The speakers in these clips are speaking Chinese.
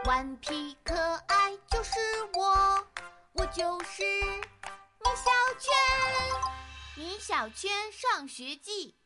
顽皮可爱就是我，我就是米小圈。米小圈上学记。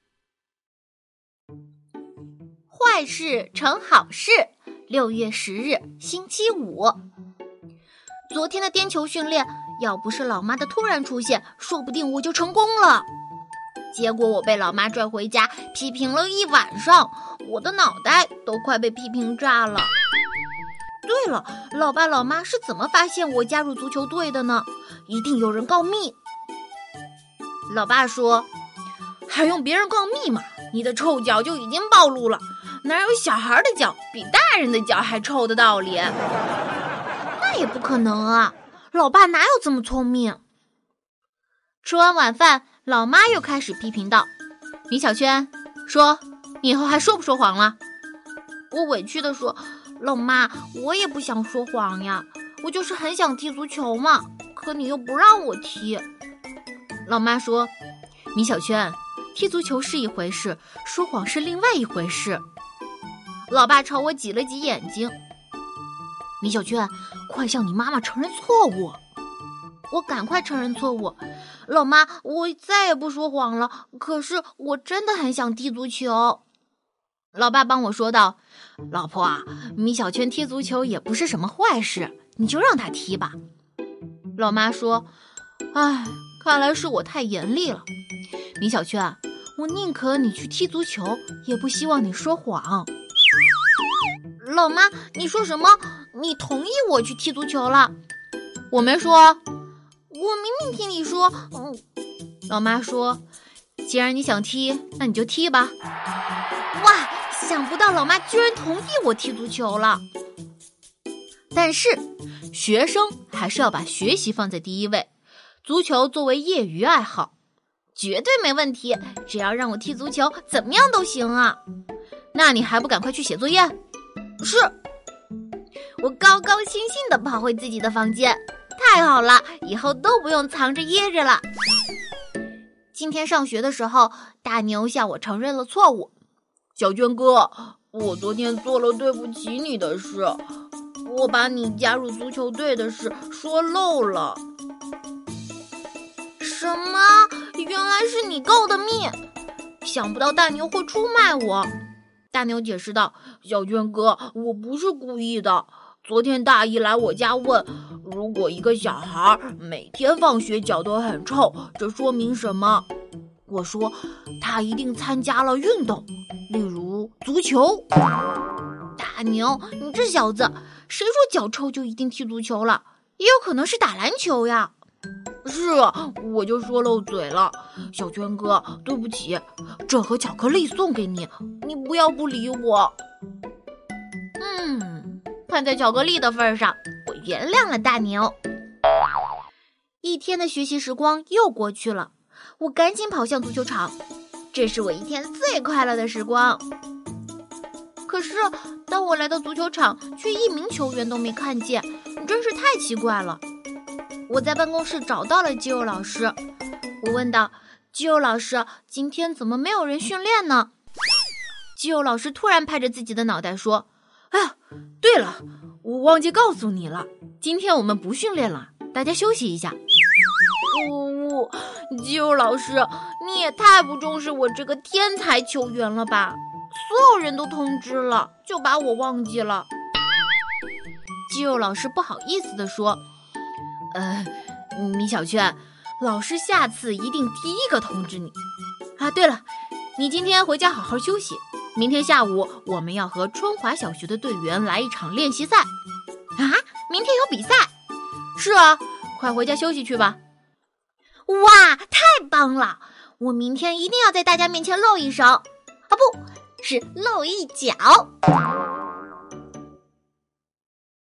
坏事成好事。6月10日，星期五。昨天的颠球训练，要不是老妈的突然出现，说不定我就成功了。结果我被老妈拽回家，批评了一晚上，我的脑袋都快被批评炸了。对了，老爸老妈是怎么发现我加入足球队的呢？一定有人告密。老爸说，还用别人告密吗？你的臭脚就已经暴露了，哪有小孩的脚比大人的脚还臭的道理？那也不可能啊，老爸哪有这么聪明？吃完晚饭，老妈又开始批评道，米小圈，说你以后还说不说谎了？我委屈地说，老妈，我也不想说谎呀，我就是很想踢足球嘛，可你又不让我踢。老妈说，米小圈，踢足球是一回事，说谎是另外一回事。老爸朝我挤了挤眼睛，米小圈，快向你妈妈承认错误。我赶快承认错误，老妈，我再也不说谎了，可是我真的很想踢足球。老爸帮我说道，老婆啊，米小圈踢足球也不是什么坏事，你就让他踢吧。老妈说，唉，看来是我太严厉了。米小圈，我宁可你去踢足球，也不希望你说谎。老妈，你说什么？你同意我去踢足球了？我没说，我明明听你说。老妈说，既然你想踢，那你就踢吧。哇，想不到老妈居然同意我踢足球了。但是学生还是要把学习放在第一位，足球作为业余爱好绝对没问题，只要让我踢足球怎么样都行啊。那你还不赶快去写作业？是。我高高兴兴地跑回自己的房间，太好了，以后都不用藏着掖着了。今天上学的时候，大牛向我承认了错误。小娟哥，我昨天做了对不起你的事，我把你加入足球队的事说漏了。什么？原来是你告的密，想不到大牛会出卖我。大牛解释道，小娟哥，我不是故意的。昨天大姨来我家问，如果一个小孩每天放学脚都很臭，这说明什么？我说，他一定参加了运动，例如足球。大牛，你这小子，谁说脚臭就一定踢足球了？也有可能是打篮球呀。是啊，我就说漏嘴了。小娟哥，对不起，这盒巧克力送给你，你不要不理我。看在巧克力的份上，我原谅了大牛。一天的学习时光又过去了，我赶紧跑向足球场，这是我一天最快乐的时光。可是当我来到足球场，却一名球员都没看见，真是太奇怪了。我在办公室找到了肌肉老师，我问道，肌肉老师，今天怎么没有人训练呢？肌肉老师突然拍着自己的脑袋说，哎呀，对了，我忘记告诉你了，今天我们不训练了，大家休息一下。肌肉老师，你也太不重视我这个天才球员了吧，所有人都通知了，就把我忘记了。肌肉老师不好意思地说，米小圈，老师下次一定第一个通知你。啊，对了，你今天回家好好休息，明天下午我们要和春华小学的队员来一场练习赛。啊，明天有比赛？是啊，快回家休息去吧。哇，太棒了，我明天一定要在大家面前露一手，啊，不是露一脚。